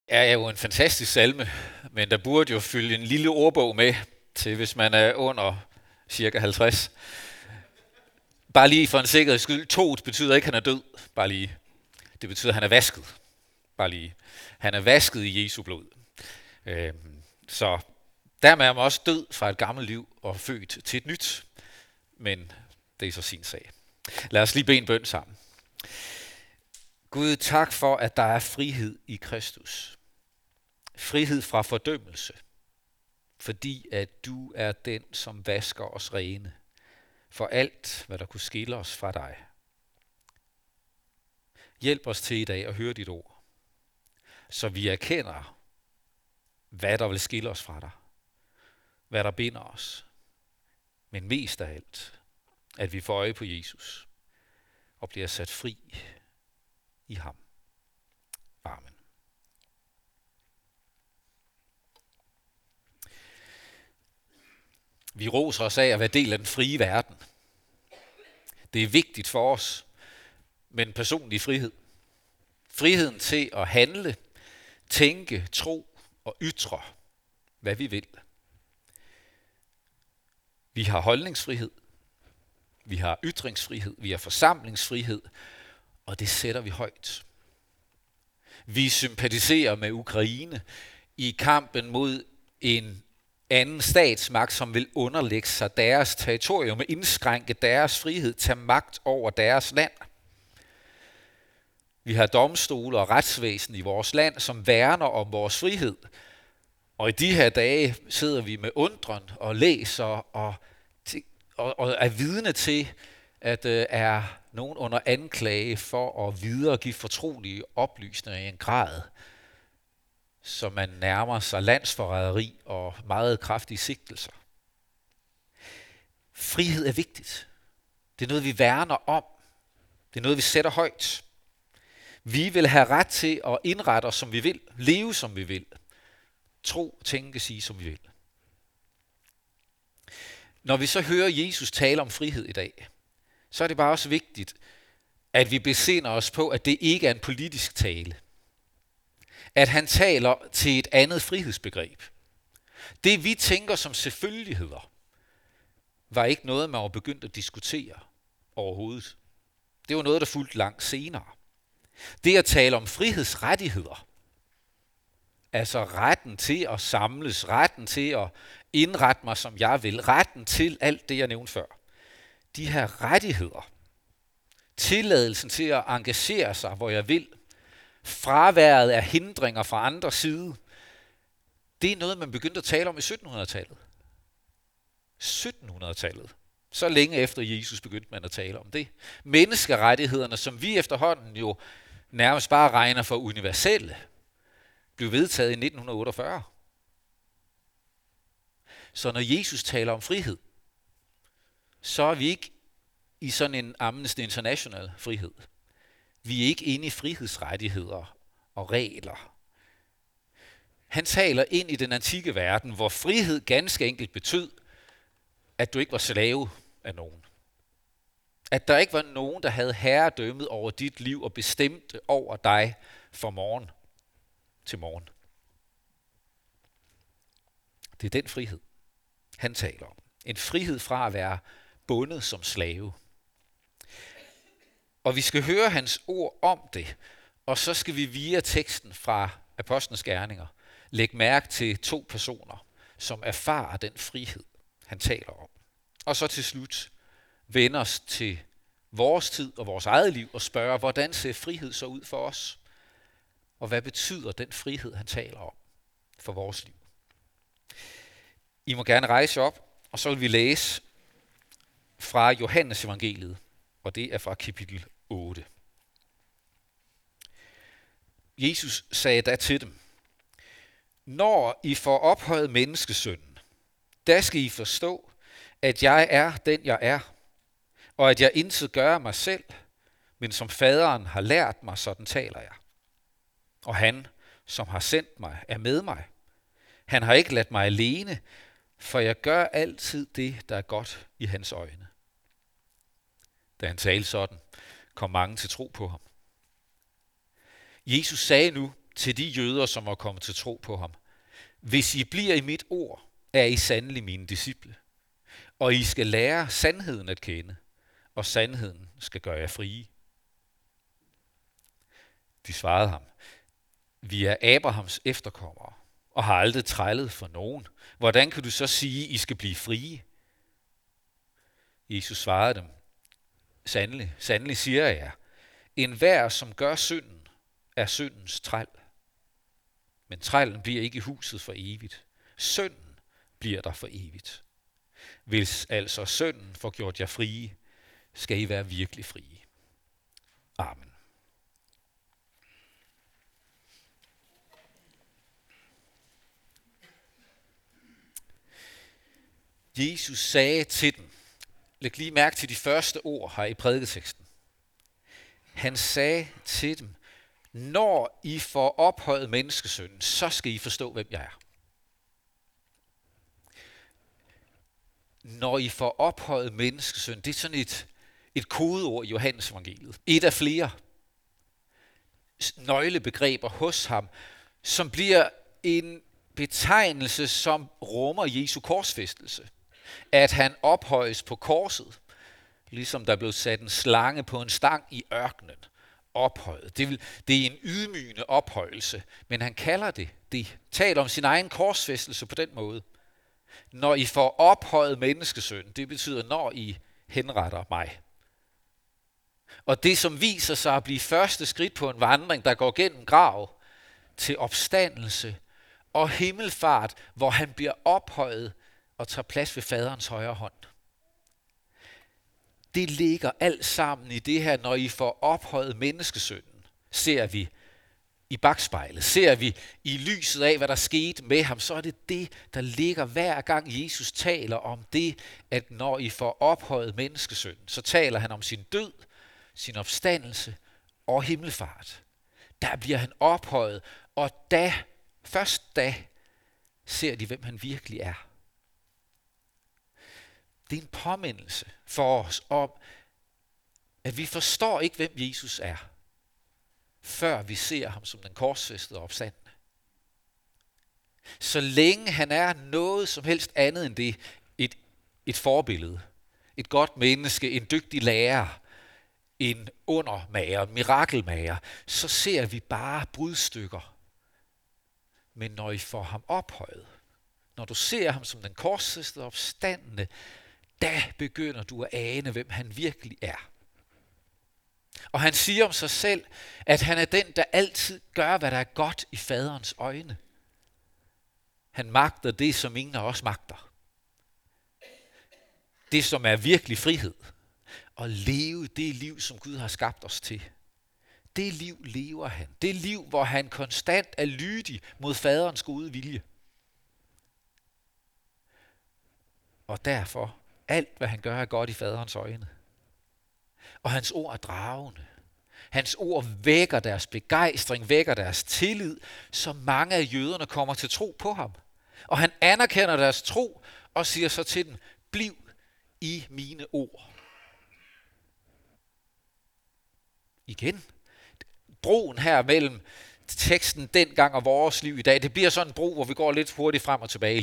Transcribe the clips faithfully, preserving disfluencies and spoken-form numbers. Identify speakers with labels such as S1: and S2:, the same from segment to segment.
S1: er jo en fantastisk salme, men der burde jo fylde en lille ordbog med til, hvis man er under cirka halvtreds. Bare lige for en sikkerheds skyld. Tot betyder ikke, at han er død. Bare lige. Det betyder, at han er vasket. Bare lige. Han er vasket i Jesu blod. Øhm, så dermed er man også død fra et gammelt liv og født til et nyt. Men det er så sin sag. Lad os lige bede en bøn sammen. Gud, tak for, at der er frihed i Kristus. Frihed fra fordømmelse. Fordi at du er den, som vasker os rene for alt, hvad der kunne skille os fra dig. Hjælp os til i dag at høre dit ord, så vi erkender, hvad der vil skille os fra dig, hvad der binder os, men mest af alt, at vi får øje på Jesus og bliver sat fri i ham. Amen. Vi roser os af at være del af den frie verden. Det er vigtigt for os med en personlig frihed. Friheden til at handle, tænke, tro og ytre, hvad vi vil. Vi har holdningsfrihed, vi har ytringsfrihed, vi har forsamlingsfrihed, og det sætter vi højt. Vi sympatiserer med Ukraine i kampen mod en anden statsmagt, som vil underlægge sig deres territorium og indskrænke deres frihed, tage magt over deres land. Vi har domstole og retsvæsen i vores land, som værner om vores frihed. Og i de her dage sidder vi med undren og læser og, og, og er vidne til, at der er nogen under anklage for at videregive fortrolige oplysninger i en grad, så man nærmer sig landsforræderi og meget kraftige sigtelser. Frihed er vigtigt. Det er noget, vi værner om. Det er noget, vi sætter højt. Vi vil have ret til at indrette os, som vi vil. Leve, som vi vil. Tro, tænke, sige, som vi vil. Når vi så hører Jesus tale om frihed i dag, så er det bare også vigtigt, at vi besinder os på, at det ikke er en politisk tale. At han taler til et andet frihedsbegreb. Det vi tænker som selvfølgeligheder, var ikke noget, man var begyndt at diskutere overhovedet. Det var noget, der fulgte langt senere. Det at tale om frihedsrettigheder, altså retten til at samles, retten til at indrette mig, som jeg vil, retten til alt det, jeg nævnte før. De her rettigheder, tilladelsen til at engagere sig, hvor jeg vil, fraværet af hindringer fra andre side, det er noget, man begyndte at tale om i syttenhundredetallet. syttenhundredetallet. Så længe efter Jesus begyndte man at tale om det. Menneskerettighederne, som vi efterhånden jo nærmest bare regner for universelle, blev vedtaget i nitten otteogfyrre. Så når Jesus taler om frihed, så er vi ikke i sådan en Amnesty International frihed. Vi er ikke inde i frihedsrettigheder og regler. Han taler ind i den antikke verden, hvor frihed ganske enkelt betød, at du ikke var slave af nogen. At der ikke var nogen, der havde herredømmet over dit liv og bestemte over dig fra morgen til morgen. Det er den frihed, han taler om. En frihed fra at være bundet som slave. Og vi skal høre hans ord om det, og så skal vi via teksten fra Apostlenes Gerninger lægge mærke til to personer, som erfarer den frihed, han taler om. Og så til slut vende os til vores tid og vores eget liv og spørge, hvordan ser frihed så ud for os? Og hvad betyder den frihed, han taler om for vores liv? I må gerne rejse op, og så vil vi læse fra Johannes evangeliet, og det er fra kapitel otte. Jesus sagde da til dem: Når I får ophøjet menneskesønnen, der skal I forstå, at jeg er den, jeg er, og at jeg intet gør af mig selv, men som faderen har lært mig, sådan taler jeg. Og han, som har sendt mig, er med mig. Han har ikke ladt mig alene, for jeg gør altid det, der er godt i hans øjne. Da han talte sådan, kom mange til tro på ham. Jesus sagde nu til de jøder, som var kommet til tro på ham: Hvis I bliver i mit ord, er I sandelig mine disciple, og I skal lære sandheden at kende, og sandheden skal gøre jer frie. De svarede ham: Vi er Abrahams efterkommere, og har aldrig trællet for nogen. Hvordan kan du så sige, I skal blive frie? Jesus svarede dem: Sandelig, sandelig siger jeg jer, enhver som gør synden, er syndens træl. Men trællen bliver ikke i huset for evigt. Synden bliver der for evigt. Hvis altså synden får gjort jer frie, skal I være virkelig frie. Amen. Jesus sagde til dem, læg lige mærke til de første ord her i prædiketeksten. Han sagde til dem: Når I får ophøjet menneskesønnen, så skal I forstå, hvem jeg er. Når I får ophøjet menneskesønnen, det er sådan et, et kodeord i Johannes evangeliet. Et af flere nøglebegreber hos ham, som bliver en betegnelse, som rummer Jesu korsfæstelse. At han ophøjes på korset, ligesom der blev sat en slange på en stang i ørkenen. Ophøjet. Det, vil, det er en ydmygende ophøjelse, men han kalder det, det taler om sin egen korsfæstelse på den måde. Når I får ophøjet menneskesøn, det betyder, når I henretter mig. Og det, som viser sig at blive første skridt på en vandring, der går gennem grav til opstandelse og himmelfart, hvor han bliver ophøjet og tager plads ved faderens højre hånd. Det ligger alt sammen i det her, når I får ophøjet menneskesønnen, ser vi i bakspejlet, ser vi i lyset af, hvad der skete med ham, så er det det, der ligger hver gang Jesus taler om det, at når I får ophøjet menneskesønnen, så taler han om sin død, sin opstandelse og himmelfart. Der bliver han ophøjet, og da, først da, ser de, hvem han virkelig er. Det er en påmindelse for os om, at vi forstår ikke, hvem Jesus er, før vi ser ham som den korsfæstede og opstandne. Så længe han er noget som helst andet end det, et, et forbillede, et godt menneske, en dygtig lærer, en undermager, en mirakelmager, så ser vi bare brudstykker. Men når I får ham ophøjet, når du ser ham som den korsfæstede og opstandne, da begynder du at ane, hvem han virkelig er. Og han siger om sig selv, at han er den, der altid gør, hvad der er godt i faderens øjne. Han magter det, som ingen af os magter. Det, som er virkelig frihed. Og leve det liv, som Gud har skabt os til. Det liv lever han. Det liv, hvor han konstant er lydig mod faderens gode vilje. Og derfor, alt hvad han gør, er godt i faderens øjne. Og hans ord er dragende. Hans ord vækker deres begejstring, vækker deres tillid, så mange af jøderne kommer til tro på ham. Og han anerkender deres tro og siger så til dem: bliv i mine ord. Igen. Broen her mellem teksten dengang og vores liv i dag, det bliver sådan en bro, hvor vi går lidt hurtigt frem og tilbage.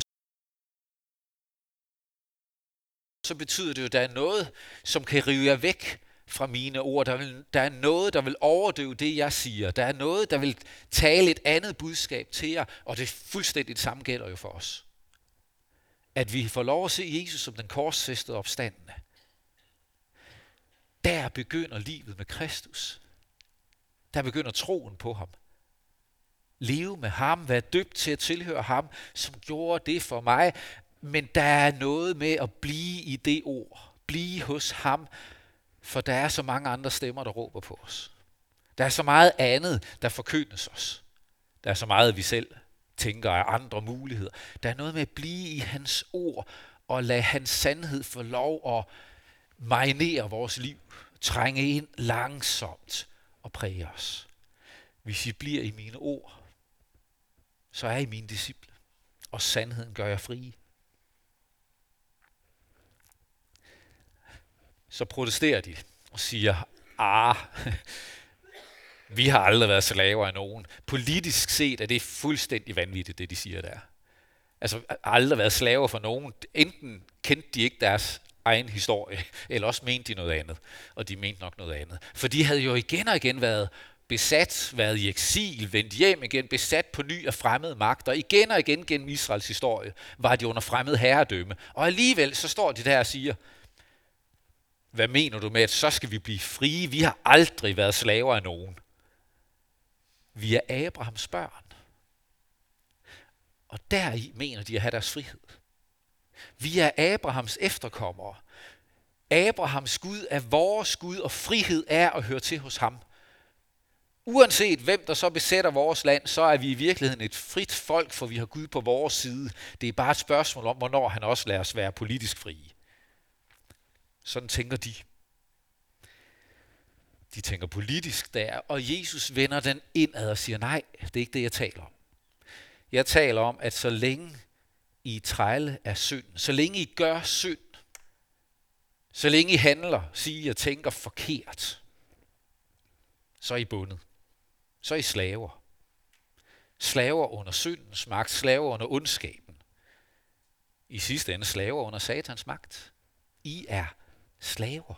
S1: Så betyder det jo, at der er noget, som kan rive jer væk fra mine ord. Der, vil, der er noget, der vil overdøve det, jeg siger. Der er noget, der vil tale et andet budskab til jer, og det er fuldstændig det samme gælder jo for os. At vi får lov at se Jesus som den korsfæstede opstandne. Der begynder livet med Kristus. Der begynder troen på ham. Leve med ham, være døbt til at tilhøre ham, som gjorde det for mig. Men der er noget med at blive i det ord. Blive hos ham, for der er så mange andre stemmer, der råber på os. Der er så meget andet, der forkyndes os. Der er så meget, vi selv tænker af andre muligheder. Der er noget med at blive i hans ord, og lade hans sandhed få lov at marinere vores liv. Trænge ind langsomt og præge os. Hvis I bliver i mine ord, så er I mine disciple, og sandheden gør jer frie. Så protesterer de og siger: ah, Vi har aldrig været slaver af nogen. Politisk set er det fuldstændig vanvittigt, det de siger der. Altså, aldrig været slaver for nogen. Enten kendte de ikke deres egen historie, eller også mente de noget andet. Og de mente nok noget andet. For de havde jo igen og igen været besat, været i eksil, vendt hjem igen, besat på ny af fremmede magter. Igen og igen gennem Israels historie var de under fremmed herredømme. Og alligevel så står de der og siger, hvad mener du med, at så skal vi blive frie? Vi har aldrig været slaver af nogen. Vi er Abrahams børn. Og deri mener de at have deres frihed. Vi er Abrahams efterkommere. Abrahams Gud er vores Gud, og frihed er at høre til hos ham. Uanset hvem der så besætter vores land, så er vi i virkeligheden et frit folk, for vi har Gud på vores side. Det er bare et spørgsmål om, hvornår han også lader os være politisk frie. Sådan tænker de. De tænker politisk der, og Jesus vender den indad og siger, nej, det er ikke det, jeg taler om. Jeg taler om, at så længe I trælle af synd, så længe I gør synd, så længe I handler, siger og tænker forkert, så er I bundet. Så er I slaver. Slaver under syndens magt, slaver under ondskaben. I sidste ende slaver under satans magt. I er slaver.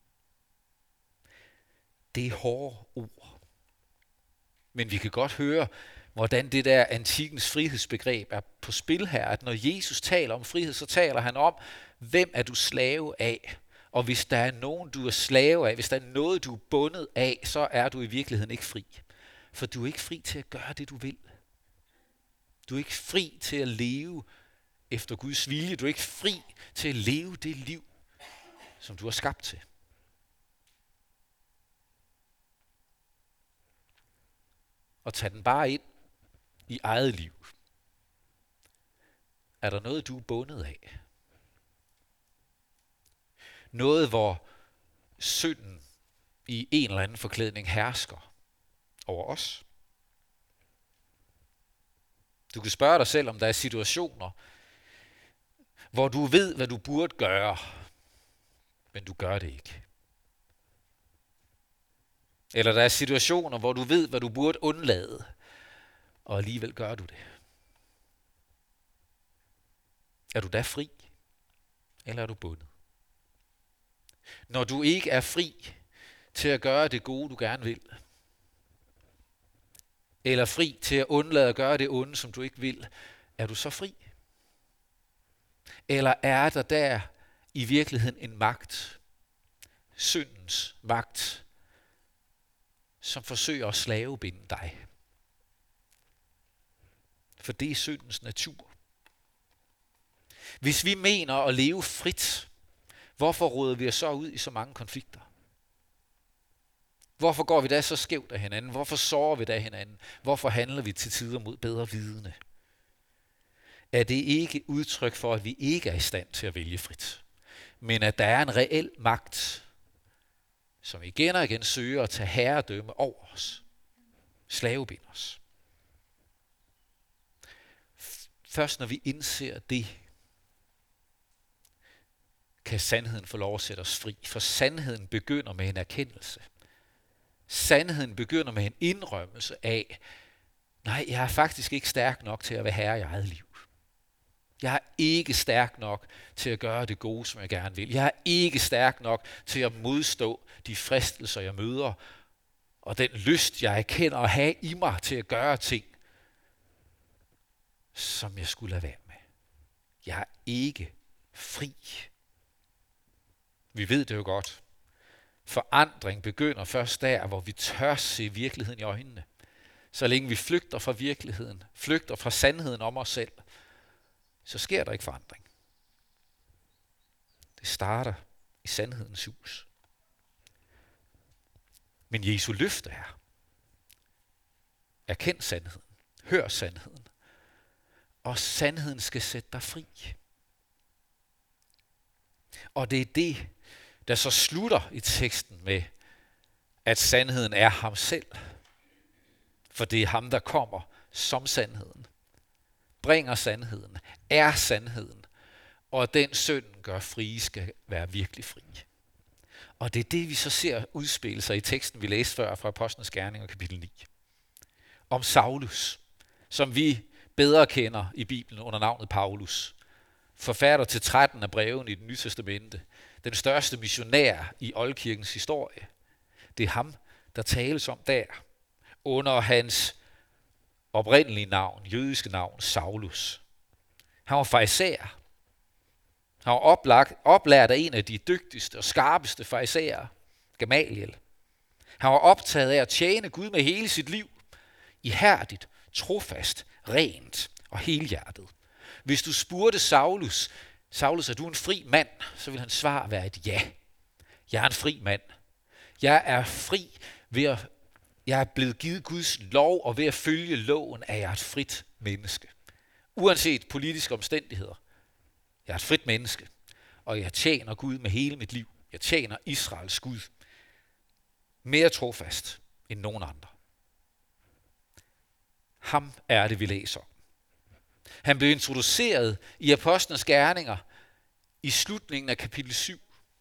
S1: Det er hårde ord. Men vi kan godt høre, hvordan det der antikens frihedsbegreb er på spil her. At når Jesus taler om frihed, så taler han om, hvem er du slave af? Og hvis der er nogen, du er slave af, hvis der er noget, du er bundet af, så er du i virkeligheden ikke fri. For du er ikke fri til at gøre det, du vil. Du er ikke fri til at leve efter Guds vilje. Du er ikke fri til at leve det liv, som du er skabt til. Og tag den bare ind i eget liv. Er der noget, du er bundet af? Noget, hvor synden i en eller anden forklædning hersker over os? Du kan spørge dig selv, om der er situationer, hvor du ved, hvad du burde gøre, men du gør det ikke. Eller der er situationer, hvor du ved, hvad du burde undlade, og alligevel gør du det. Er du da fri, eller er du bundet? Når du ikke er fri til at gøre det gode, du gerne vil, eller fri til at undlade at gøre det onde, som du ikke vil, er du så fri? Eller er der der i virkeligheden en magt, syndens magt, som forsøger at slavebinde dig? For det er syndens natur. Hvis vi mener at leve frit, hvorfor råder vi os så ud i så mange konflikter? Hvorfor går vi da så skævt af hinanden? Hvorfor sårer vi da hinanden? Hvorfor handler vi til tider mod bedre vidende? Er det ikke udtryk for, at vi ikke er i stand til at vælge frit, men at der er en reel magt, som igen og igen søger at tage herredømme over os, slavebinde os? Først når vi indser det, kan sandheden få lov at sætte os fri, for sandheden begynder med en erkendelse. Sandheden begynder med en indrømmelse af, nej, jeg er faktisk ikke stærk nok til at være herre i eget liv. Jeg er ikke stærk nok til at gøre det gode, som jeg gerne vil. Jeg er ikke stærk nok til at modstå de fristelser, jeg møder, og den lyst, jeg erkender at have i mig til at gøre ting, som jeg skulle lade være med. Jeg er ikke fri. Vi ved det jo godt. Forandring begynder først der, hvor vi tør se virkeligheden i øjnene. Så længe vi flygter fra virkeligheden, flygter fra sandheden om os selv, så sker der ikke forandring. Det starter i sandhedens hus. Men Jesu løfte er, erkend sandheden, hør sandheden, og sandheden skal sætte dig fri. Og det er det, der så slutter i teksten med, at sandheden er ham selv. For det er ham, der kommer som sandheden, bringer sandheden, er sandheden, og den synden gør frie skal være virkelig fri. Og det er det, vi så ser udspille sig i teksten, vi læste før fra Apostlenes Gerninger, kapitel ni. Om Saulus, som vi bedre kender i Bibelen under navnet Paulus. Forfatter til tretten af brevene i Det Nye Testamente. Den største missionær i oldkirkens historie. Det er ham, der tales om der, under hans oprindelige navn, jødiske navn, Saulus. Han var farisæer. Han var oplagt, oplært af en af de dygtigste og skarpeste farisæer, Gamaliel. Han var optaget af at tjene Gud med hele sit liv, ihærdigt, trofast, rent og helhjertet. Hvis du spurgte Saulus, Saulus, er du en fri mand? Så vil han svare være et ja. Jeg er en fri mand. Jeg er fri ved at, jeg er blevet givet Guds lov, og ved at følge loven er jeg et frit menneske. Uanset politiske omstændigheder. Jeg er et frit menneske, og jeg tjener Gud med hele mit liv. Jeg tjener Israels Gud. Mere trofast end nogen andre. Ham er det, vi læser. Han blev introduceret i Apostlenes Gerninger i slutningen af kapitel syv.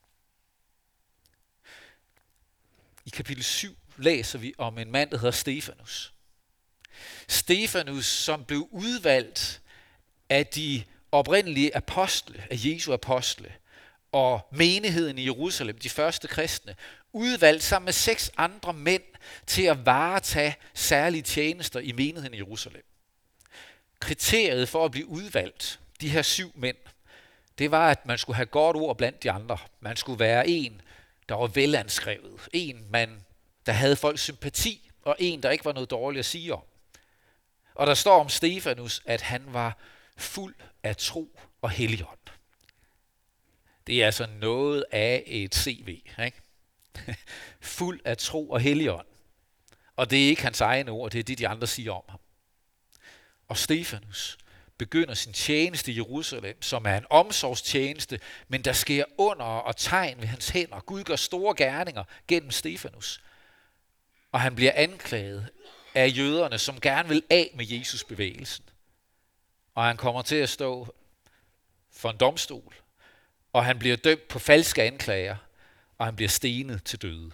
S1: I kapitel syv læser vi om en mand, der hedder Stefanus. Stefanus, som blev udvalgt af de oprindelige apostle, af Jesu apostle, og menigheden i Jerusalem, de første kristne, udvalgt sammen med seks andre mænd til at varetage særlige tjenester i menigheden i Jerusalem. Kriteriet for at blive udvalgt, de her syv mænd, det var, at man skulle have godt ord blandt de andre. Man skulle være en, der var velanskrevet. En, man, der havde folks sympati, og en, der ikke var noget dårligt at sige om. Og der står om Stefanus, at han var fuld af tro og helligånd. Det er altså noget af et C V, ikke? Fuld af tro og helligånd. Og det er ikke hans egne ord, det er det, de andre siger om ham. Og Stefanus begynder sin tjeneste i Jerusalem, som er en omsorgstjeneste, men der sker under og tegn ved hans hænder. Gud gør store gerninger gennem Stefanus. Og han bliver anklaget af jøderne, som gerne vil af med Jesus bevægelsen. Og han kommer til at stå for en domstol, og han bliver dømt på falske anklager, og han bliver stenet til døde.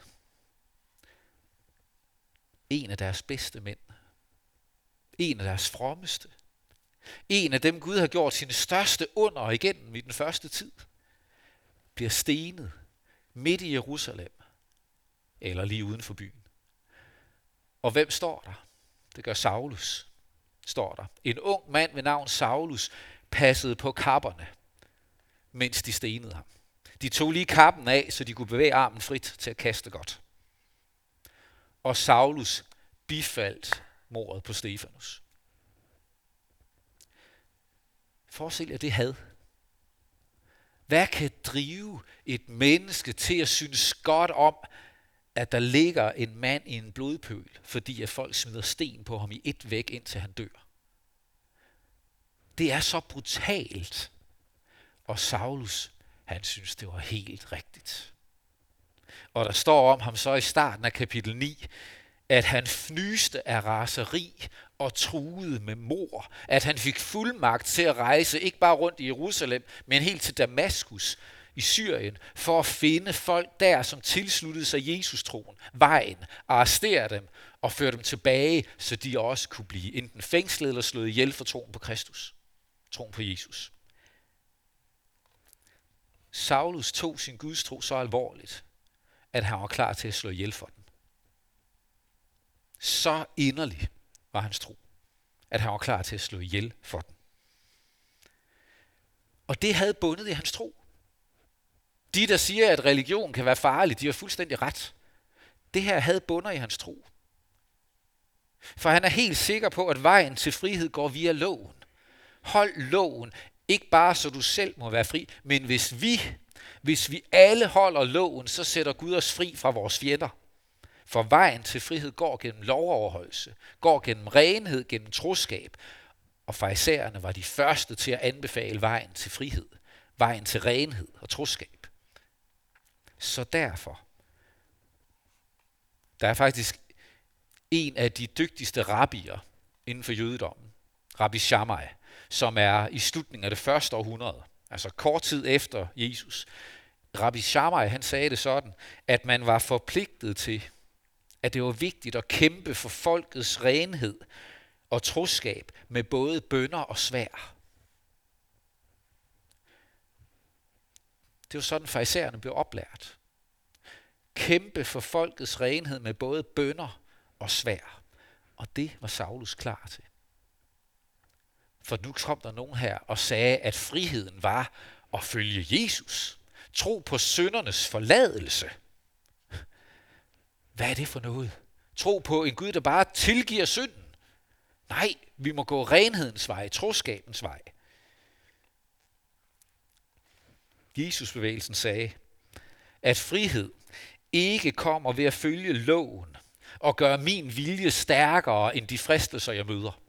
S1: En af deres bedste mænd. En af deres frommeste. En af dem, Gud har gjort sine største under igennem i den første tid, bliver stenet midt i Jerusalem, eller lige uden for byen. Og hvem står der? Det gør Saulus, står der. En ung mand ved navn Saulus passede på kapperne, mens de stenede ham. De tog lige kappen af, så de kunne bevæge armen frit til at kaste godt. Og Saulus bifaldt mordet på Stefanus. Forestil jer det had. Hvad kan drive et menneske til at synes godt om, at der ligger en mand i en blodpøl, fordi at folk smider sten på ham i et væk, indtil han dør? Det er så brutalt. Og Saulus, han synes, det var helt rigtigt. Og der står om ham så i starten af kapitel ni, at han fnyste af raseri og truede med mord. At han fik fuldmagt til at rejse ikke bare rundt i Jerusalem, men helt til Damaskus i Syrien, for at finde folk der, som tilsluttede sig Jesus-troen, vejen, arrestere dem og føre dem tilbage, så de også kunne blive enten fængslet eller slået ihjel for troen på Kristus, troen på Jesus. Saulus tog sin gudstro så alvorligt, at han var klar til at slå ihjel for den. Så inderlig var hans tro, at han var klar til at slå ihjel for den. Og det havde bundet i hans tro. De, der siger, at religion kan være farlig, de har fuldstændig ret. Det her havde bundet i hans tro. For han er helt sikker på, at vejen til frihed går via loven. Hold loven, ikke bare så du selv må være fri, men hvis vi, hvis vi alle holder loven, så sætter Gud os fri fra vores fjender. For vejen til frihed går gennem lovoverholdelse, går gennem renhed, gennem troskab. Og farisæerne var de første til at anbefale vejen til frihed, vejen til renhed og troskab. Så derfor, der er faktisk en af de dygtigste rabbier inden for jødedommen, Rabbi Shammai, som er i slutningen af det første århundrede, altså kort tid efter Jesus, Rabbi Shammai, han sagde det sådan, at man var forpligtet til, at det var vigtigt at kæmpe for folkets renhed og troskab med både bønner og sværd. Det var sådan, farisæerne blev oplært. Kæmpe for folkets renhed med både bønner og sværd. Og det var Saulus klar til. For nu kom der nogen her og sagde, at friheden var at følge Jesus. Tro på syndernes forladelse. Hvad er det for noget? Tro på en Gud, der bare tilgiver synden. Nej, vi må gå renhedens vej, troskabens vej. Jesusbevægelsen sagde, at frihed ikke kommer ved at følge loven og gøre min vilje stærkere end de fristelser, jeg møder.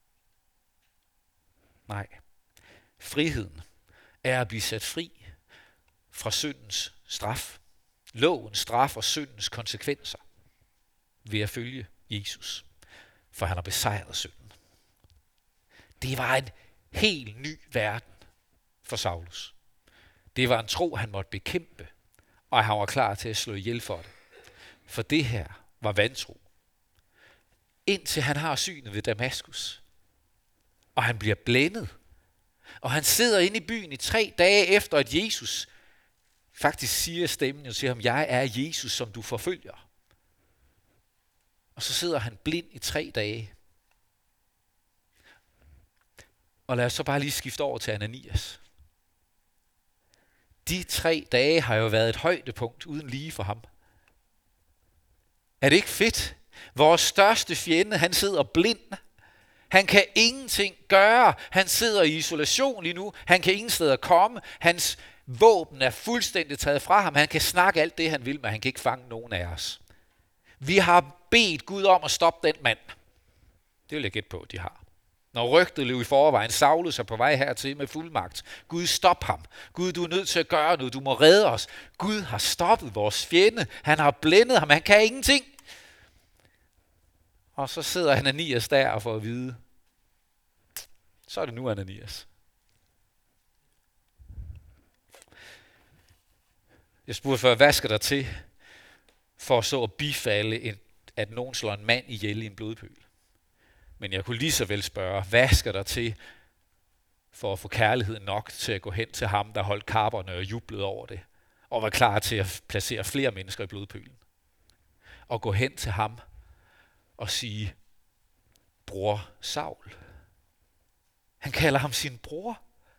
S1: Nej, friheden er at blive sat fri fra syndens straf. Lovens straf og syndens konsekvenser ved at følge Jesus, for han har besejret synden. Det var en helt ny verden for Saulus. Det var en tro, han måtte bekæmpe, og han var klar til at slå ihjel for det. For det her var vantro. Indtil han har synet ved Damaskus, og han bliver blændet, og han sidder inde i byen i tre dage efter, at Jesus faktisk siger stemmen og siger ham, jeg er Jesus, som du forfølger. Og så sidder han blind i tre dage. Og lad os så bare lige skifte over til Ananias. De tre dage har jo været et højdepunkt uden lige for ham. Er det ikke fedt? Vores største fjende, han sidder blind. Han kan ingenting gøre. Han sidder i isolation lige nu. Han kan ingen steder komme. Hans våben er fuldstændig taget fra ham. Han kan snakke alt det, han vil, men han kan ikke fange nogen af os. Vi har bedt Gud om at stoppe den mand. Det vil jeg gætte på, de har. Når rygtet løb i forvejen, Saulus er på vej hertil med fuldmagt. Gud, stop ham. Gud, du er nødt til at gøre noget. Du må redde os. Gud har stoppet vores fjende. Han har blændet ham. Han kan ingenting. Og så sidder Ananias der og får at vide, så er det nu Ananias. Jeg spurgte før, hvad skal der til for så at bifalde, at nogen slår en mand ihjel i en blodpøl? Men jeg kunne lige så vel spørge, hvad skal der til for at få kærlighed nok til at gå hen til ham, der holdt kapperne og jublede over det, og var klar til at placere flere mennesker i blodpølen? Og gå hen til ham og sige, bror Saul. Han kalder ham sin bror.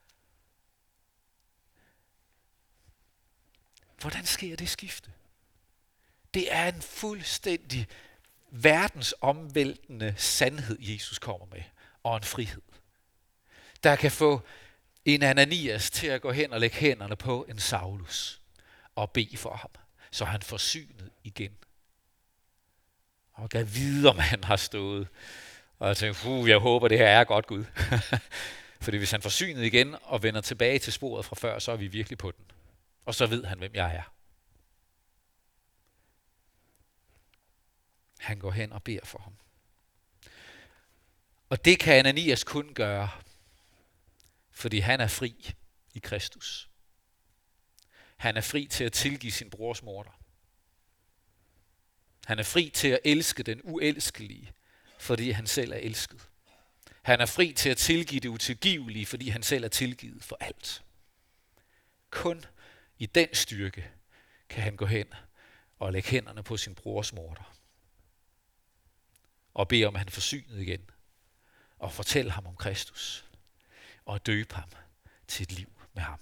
S1: Hvordan sker det skifte? Det er en fuldstændig verdensomvæltende sandhed, Jesus kommer med, og en frihed, der kan få en Ananias til at gå hen og lægge hænderne på en Saulus og bede for ham, så han får synet igen. Og kan vide, om han har stået og jeg tænkte, uh, jeg håber, det her er godt, Gud. Fordi hvis han får synet igen og vender tilbage til sporet fra før, så er vi virkelig på den. Og så ved han, hvem jeg er. Han går hen og beder for ham. Og det kan Ananias kun gøre, fordi han er fri i Kristus. Han er fri til at tilgive sin brors morder. Han er fri til at elske den uelskelige, fordi han selv er elsket. Han er fri til at tilgive det utilgivelige, fordi han selv er tilgivet for alt. Kun i den styrke kan han gå hen og lægge hænderne på sin brors morder. Og bede om, at han får synet igen. Og fortælle ham om Kristus. Og døbe ham til et liv med ham.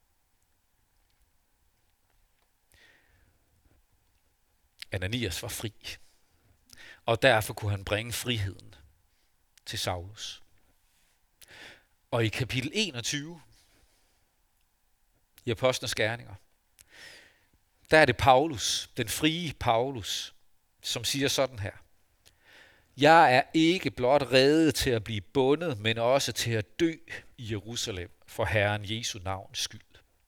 S1: Ananias var fri. Og derfor kunne han bringe friheden til Saulus. Og i kapitel enogtyve i Apostlenes Gerninger, der er det Paulus, den frie Paulus, som siger sådan her. Jeg er ikke blot reddet til at blive bundet, men også til at dø i Jerusalem for Herren Jesu navns skyld.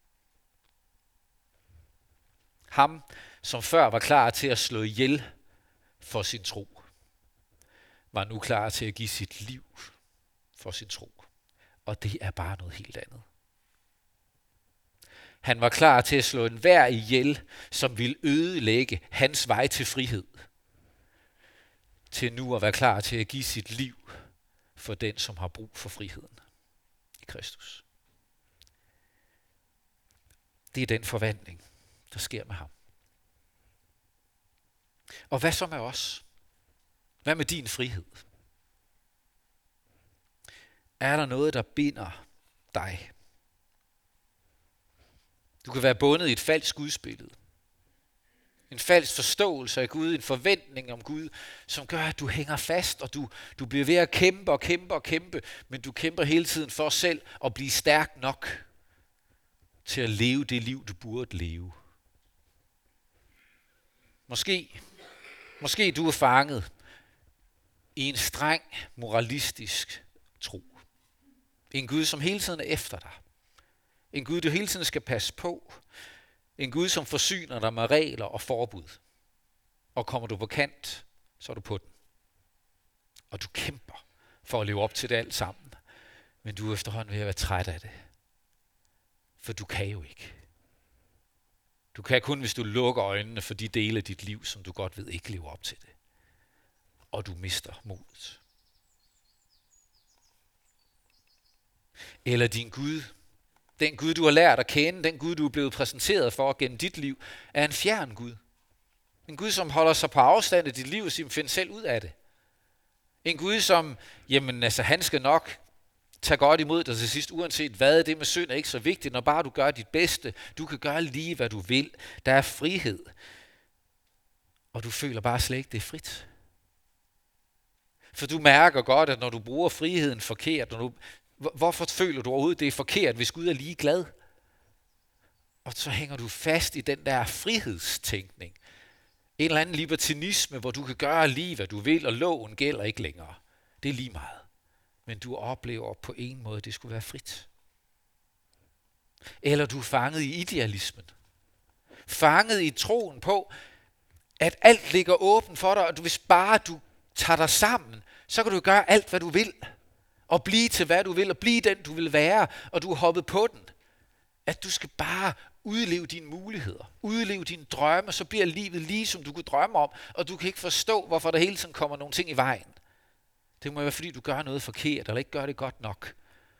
S1: Ham, som før var klar til at slå ihjel for sin tro, var nu klar til at give sit liv for sin tro. Og det er bare noget helt andet. Han var klar til at slå enhver ihjel, som ville ødelægge hans vej til frihed. Til nu at være klar til at give sit liv for den, som har brug for friheden i Kristus. Det er den forvandling, der sker med ham. Og hvad så med os? Hvad med din frihed? Er der noget, der binder dig? Du kan være bundet i et falsk gudsbillede. En falsk forståelse af Gud, en forventning om Gud, som gør, at du hænger fast, og du, du bliver ved at kæmpe og kæmpe og kæmpe, men du kæmper hele tiden for selv at blive stærk nok til at leve det liv, du burde leve. Måske, måske du er fanget i en streng, moralistisk tro. En Gud, som hele tiden er efter dig. En Gud, du hele tiden skal passe på. En Gud, som forsyner dig med regler og forbud. Og kommer du på kant, så er du på den. Og du kæmper for at leve op til det alt sammen. Men du er efterhånden ved at være træt af det. For du kan jo ikke. Du kan kun, hvis du lukker øjnene for de dele af dit liv, som du godt ved ikke lever op til det. Og du mister modet. Eller din Gud, den Gud, du har lært at kende, den Gud, du er blevet præsenteret for gennem dit liv, er en fjern Gud. En Gud, som holder sig på afstand af dit liv og siger, find selv ud af det. En Gud, som, jamen altså, han skal nok tage godt imod dig til sidst, uanset hvad. Det med synd er ikke så vigtigt, når bare du gør dit bedste. Du kan gøre lige, hvad du vil. Der er frihed. Og du føler bare slet ikke, det er frit. For du mærker godt, at når du bruger friheden forkert, når du, hvorfor føler du overhovedet, det er forkert, hvis Gud er ligeglad? Og så hænger du fast i den der frihedstænkning. En eller anden libertinisme, hvor du kan gøre lige, hvad du vil, og loven gælder ikke længere. Det er lige meget. Men du oplever på en måde, at det skulle være frit. Eller du er fanget i idealismen. Fanget i troen på, at alt ligger åbent for dig, og hvis bare du tager dig sammen, så kan du gøre alt, hvad du vil. Og blive til, hvad du vil, og blive den, du vil være, og du er hoppet på den. At du skal bare udleve dine muligheder, udleve dine drømme, så bliver livet lige, som du kunne drømme om, og du kan ikke forstå, hvorfor der hele tiden kommer nogle ting i vejen. Det må være, fordi du gør noget forkert, eller ikke gør det godt nok.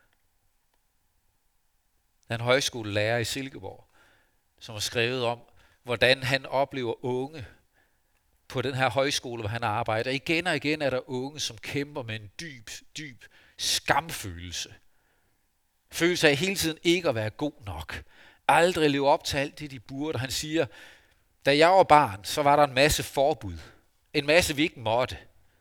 S1: Der er en højskolelærer i Silkeborg, som har skrevet om, hvordan han oplever unge på den her højskole, hvor han arbejder. Igen og igen er der unge, som kæmper med en dyb, dyb skamfølelse. Følelse af hele tiden ikke at være god nok. Aldrig leve op til alt det, de burde. Han siger, da jeg var barn, så var der en masse forbud. En masse, vi ikke måtte.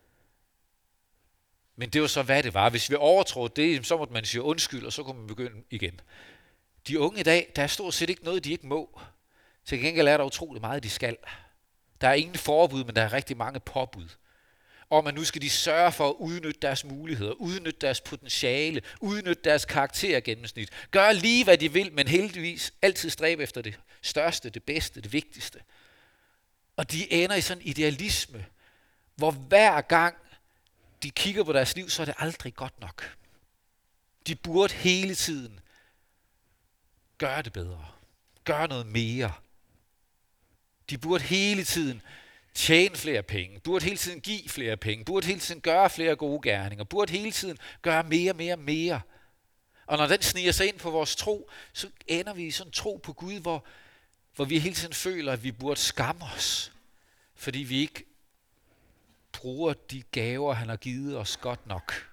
S1: Men det var så, hvad det var. Hvis vi overtrådte det, så måtte man sige undskyld, og så kunne man begynde igen. De unge i dag, der er stort set ikke noget, de ikke må. Til gengæld er der utroligt meget, de skal. Der er ingen forbud, men der er rigtig mange påbud. Om at nu skal de sørge for at udnytte deres muligheder, udnytte deres potentiale, udnytte deres karaktergennemsnit. Gør lige, hvad de vil, men heldigvis altid stræbe efter det største, det bedste, det vigtigste. Og de ender i sådan en idealisme, hvor hver gang de kigger på deres liv, så er det aldrig godt nok. De burde hele tiden gøre det bedre. Gøre noget mere. De burde hele tiden tjene flere penge, burde hele tiden give flere penge, burde hele tiden gøre flere gode gerninger, burde hele tiden gøre mere, mere, mere. Og når den sniger sig ind på vores tro, så ender vi i sådan en tro på Gud, hvor, hvor vi hele tiden føler, at vi burde skamme os, fordi vi ikke bruger de gaver, han har givet os godt nok.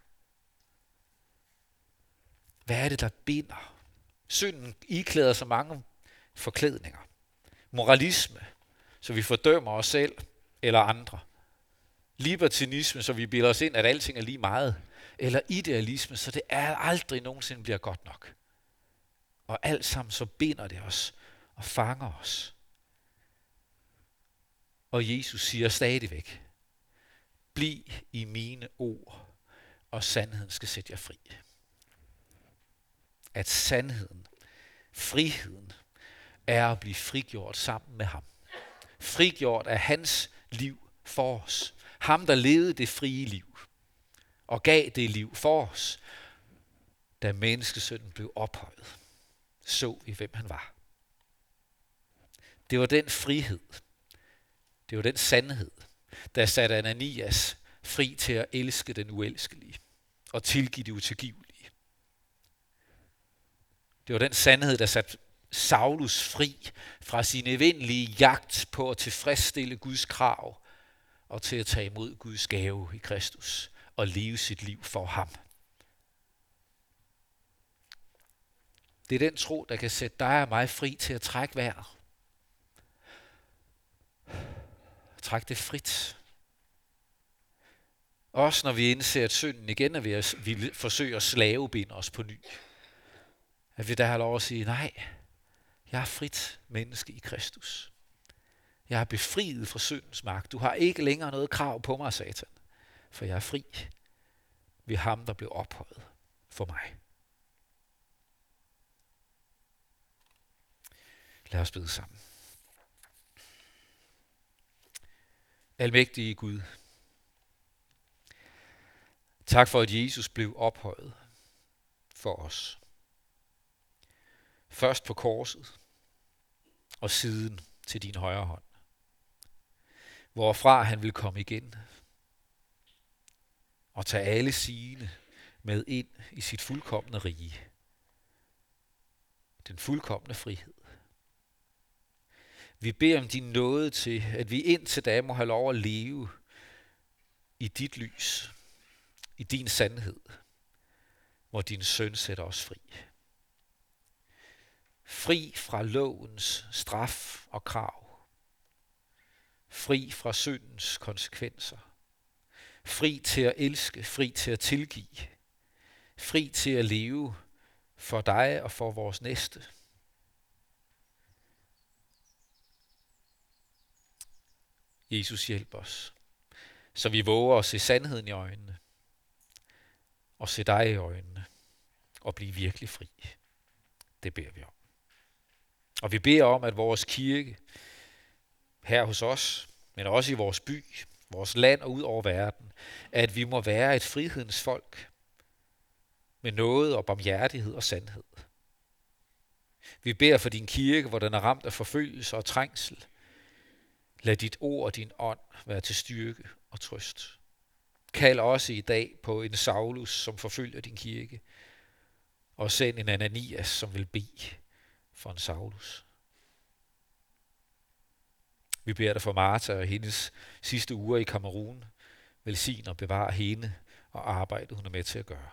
S1: Hvad er det, der binder? Synden iklæder så mange forklædninger. Moralisme, så vi fordømmer os selv eller andre. Libertinisme, så vi bilder os ind, at alting er lige meget. Eller idealisme, så det er aldrig nogensinde bliver godt nok. Og alt sammen så binder det os og fanger os. Og Jesus siger stadigvæk, bliv i mine ord, og sandheden skal sætte jer fri. At sandheden, friheden, er at blive frigjort sammen med ham. Frigjort af hans liv for os. Ham, der levede det frie liv og gav det liv for os, da menneskesønnen blev ophøjet. Så vi, hvem han var. Det var den frihed, det var den sandhed, der satte Ananias fri til at elske den uelskelige og tilgive det utilgivelige. Det var den sandhed, der satte Saulus fri fra sin evindelige jagt på at tilfredsstille Guds krav og til at tage imod Guds gave i Kristus og leve sit liv for ham. Det er den tro, der kan sætte dig og mig fri til at trække vejret. Træk det frit. Også når vi indser, at synden igen er ved at vi forsøger at slavebinde os på ny. At vi der har lov at sige, nej, jeg er frit menneske i Kristus. Jeg er befriet fra syndens magt. Du har ikke længere noget krav på mig, Satan, for jeg er fri ved ham, der blev ophøjet for mig. Lad os bede sammen. Almægtige Gud, tak for, at Jesus blev ophøjet for os. Først på korset, og siden til din højre hånd, hvorfra han vil komme igen og tage alle sine med ind i sit fuldkomne rige. Den fuldkomne frihed. Vi beder om din nåde til, at vi indtil da må have lov at leve i dit lys, i din sandhed, hvor din søn sætter os fri. Fri fra lovens straf og krav. Fri fra syndens konsekvenser. Fri til at elske, fri til at tilgive. Fri til at leve for dig og for vores næste. Jesus, hjælp os, så vi våger at se sandheden i øjnene, og se dig i øjnene, og blive virkelig fri. Det beder vi om. Og vi beder om, at vores kirke, her hos os, men også i vores by, vores land og ud over verden, at vi må være et frihedens folk, med noget og barmhjertighed og sandhed. Vi beder for din kirke, hvor den er ramt af forfølgelse og trængsel. Lad dit ord og din ånd være til styrke og trøst. Kald også i dag på en Saulus, som forfølger din kirke, og send en Ananias, som vil bede for en Saulus. Vi beder dig for Martha og hendes sidste uger i Kamerun. Velsign og bevar hende og arbejdet, hun er med til at gøre.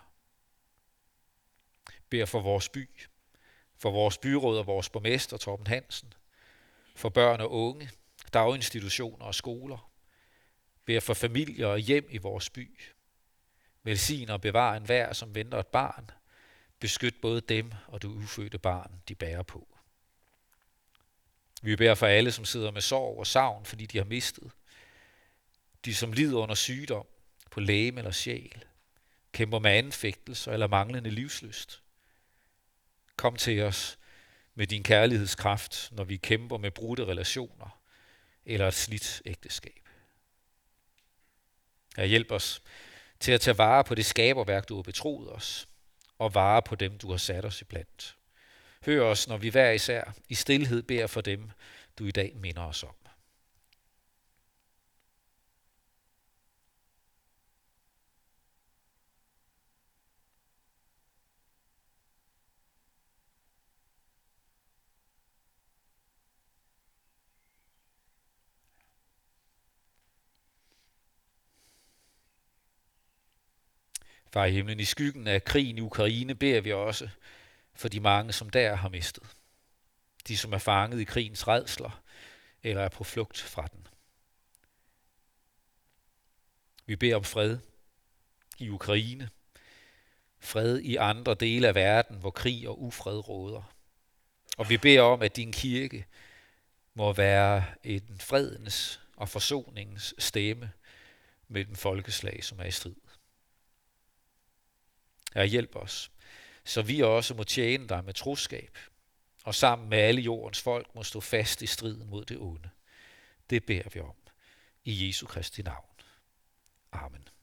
S1: Beder for vores by, for vores byråd og vores borgmester Torben Hansen, for børn og unge, daginstitutioner og skoler. Beder for familier og hjem i vores by. Velsign og bevar enhver, som venter et barn. Beskyt både dem og det ufødte barn, de bærer på. Vi beder for alle, som sidder med sorg og savn, fordi de har mistet. De, som lider under sygdom, på legeme eller sjæl, kæmper med anfægtelser eller manglende livslyst. Kom til os med din kærlighedskraft, når vi kæmper med brudte relationer eller et slidt ægteskab. Ja, hjælp os til at tage vare på det skaberværk, du har betroet os, og vare på dem, du har sat os iblandt. Hør os, når vi hver især i stilhed beder for dem, du i dag minder os om. Far i himlen, i skyggen af krigen i Ukraine beder vi også for de mange, som der har mistet. De, som er fanget i krigens rædsler eller er på flugt fra den. Vi beder om fred i Ukraine, fred i andre dele af verden, hvor krig og ufred råder. Og vi beder om, at din kirke må være en fredens og forsoningens stemme med den folkeslag, som er i strid. Herre, hjælp os, så vi også må tjene dig med troskab, og sammen med alle jordens folk må stå fast i striden mod det onde. Det beder vi om i Jesu Kristi navn. Amen.